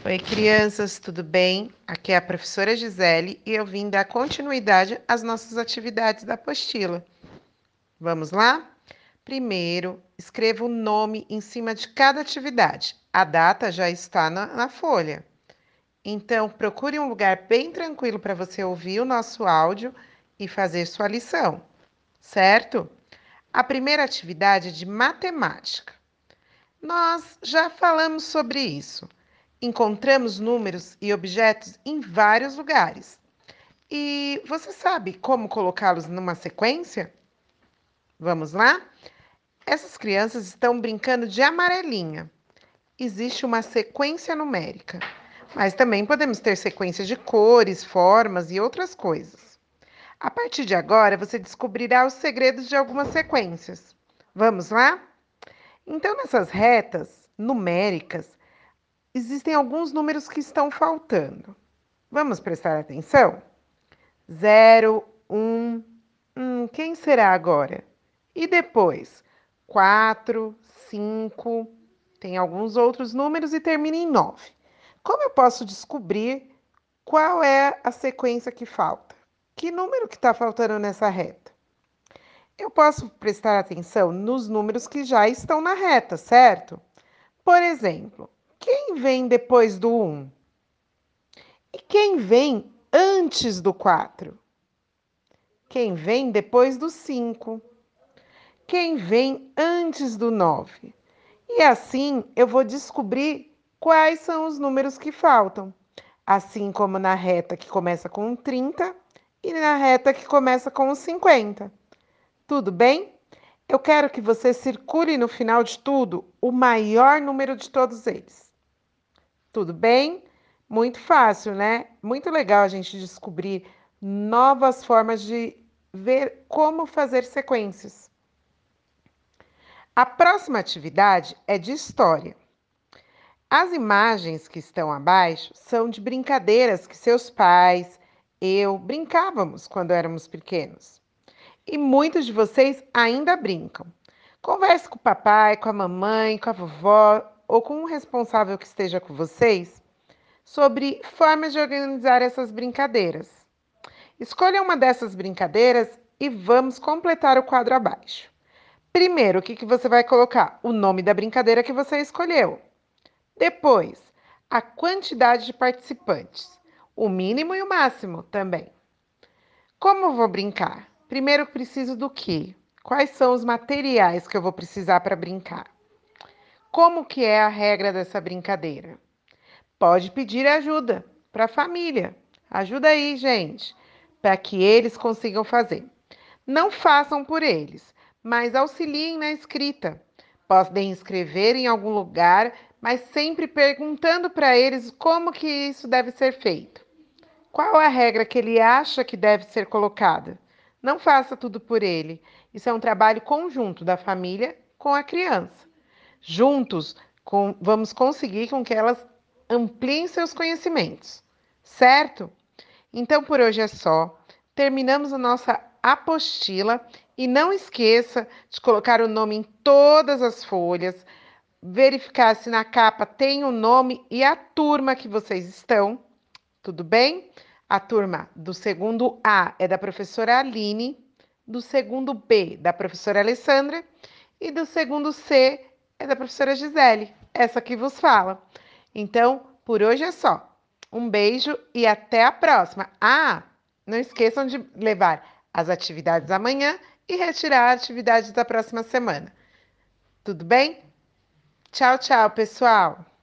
Oi, crianças, tudo bem? Aqui é a professora Gisele e eu vim dar continuidade às nossas atividades da apostila. Vamos lá? Primeiro, escreva o nome em cima de cada atividade. A data já está na folha. Então, procure um lugar bem tranquilo para você ouvir o nosso áudio e fazer sua lição, certo? A primeira atividade é de matemática. Nós já falamos sobre isso. Encontramos números e objetos em vários lugares. E você sabe como colocá-los numa sequência? Vamos lá? Essas crianças estão brincando de amarelinha. Existe uma sequência numérica, mas também podemos ter sequência de cores, formas e outras coisas. A partir de agora, você descobrirá os segredos de algumas sequências. Vamos lá? Então, nessas retas numéricas, existem alguns números que estão faltando. Vamos prestar atenção? 0, 1. Quem será agora? E depois? 4, 5. Tem alguns outros números e termina em 9. Como eu posso descobrir qual é a sequência que falta? Que número que está faltando nessa reta? Eu posso prestar atenção nos números que já estão na reta, certo? Por exemplo, quem vem depois do 1? E quem vem antes do 4? Quem vem depois do 5? Quem vem antes do 9? E assim eu vou descobrir quais são os números que faltam. Assim como na reta que começa com 30 e na reta que começa com 50. Tudo bem? Eu quero que você circule no final de tudo o maior número de todos eles. Tudo bem? Muito fácil, né? Muito legal a gente descobrir novas formas de ver como fazer sequências. A próxima atividade é de história. As imagens que estão abaixo são de brincadeiras que seus pais, eu brincávamos quando éramos pequenos. E muitos de vocês ainda brincam. Converse com o papai, com a mamãe, com a vovó ou com um responsável que esteja com vocês sobre formas de organizar essas brincadeiras. Escolha uma dessas brincadeiras e vamos completar o quadro abaixo. Primeiro, o que você vai colocar? O nome da brincadeira que você escolheu. Depois, a quantidade de participantes, o mínimo e o máximo também. Como eu vou brincar? Primeiro, preciso do quê? Quais são os materiais que eu vou precisar para brincar? Como que é a regra dessa brincadeira? Pode pedir ajuda para a família. Ajuda aí, gente, para que eles consigam fazer. Não façam por eles, mas auxiliem na escrita. Podem escrever em algum lugar, mas sempre perguntando para eles como que isso deve ser feito. Qual é a regra que ele acha que deve ser colocada? Não faça tudo por ele. Isso é um trabalho conjunto da família com a criança. Juntos, vamos conseguir com que elas ampliem seus conhecimentos, certo? Então, por hoje é só. Terminamos a nossa apostila e não esqueça de colocar o nome em todas as folhas, verificar se na capa tem o nome e a turma que vocês estão, tudo bem? A turma do segundo A é da professora Aline, do segundo B da professora Alessandra e do segundo C é da professora Gisele, essa que vos fala. Então, por hoje é só. Um beijo e até a próxima. Ah, não esqueçam de levar as atividades amanhã e retirar as atividades da próxima semana. Tudo bem? Tchau, tchau, pessoal!